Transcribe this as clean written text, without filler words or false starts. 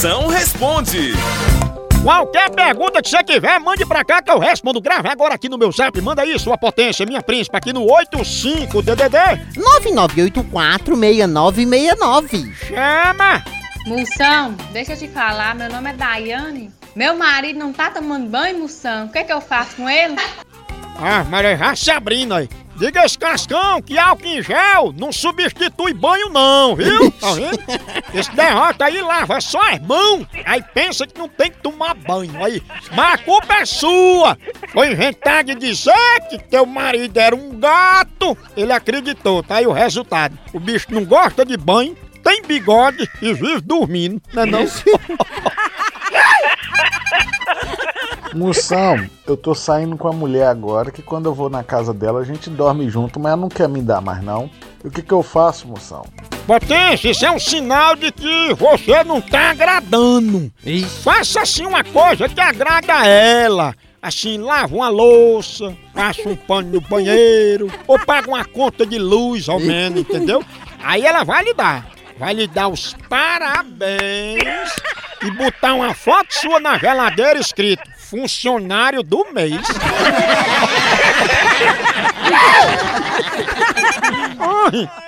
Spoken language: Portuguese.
Moção responde. Qualquer pergunta que você tiver, mande pra cá que eu respondo. Grave agora aqui no meu zap. Manda aí, sua potência, minha príncipe, aqui no 85-DDD 99846969. Chama! Moção, deixa eu te falar, meu nome é Daiane. Meu marido não tá tomando banho, Moção. O que eu faço com ele? Ah, mas já se abrindo aí. Diga esse cascão que álcool em gel não substitui banho não, viu? Tá vendo? Esse derrota aí lava só as mãos, aí pensa que não tem que tomar banho. Aí, mas a culpa é sua! Foi inventar de dizer que teu marido era um gato, ele acreditou, tá aí o resultado. O bicho não gosta de banho, tem bigode e vive dormindo, não é não? Moção, eu tô saindo com a mulher agora que quando eu vou na casa dela a gente dorme junto, mas ela não quer me dar mais não. E o que eu faço, moção? Potência, isso é um sinal de que você não tá agradando. Faça assim uma coisa que agrada a ela. Assim, lava uma louça, passa um pano no banheiro, ou paga uma conta de luz ao menos, entendeu? Aí ela vai lhe dar os parabéns e botar uma foto sua na geladeira escrito funcionário do mês. Ai,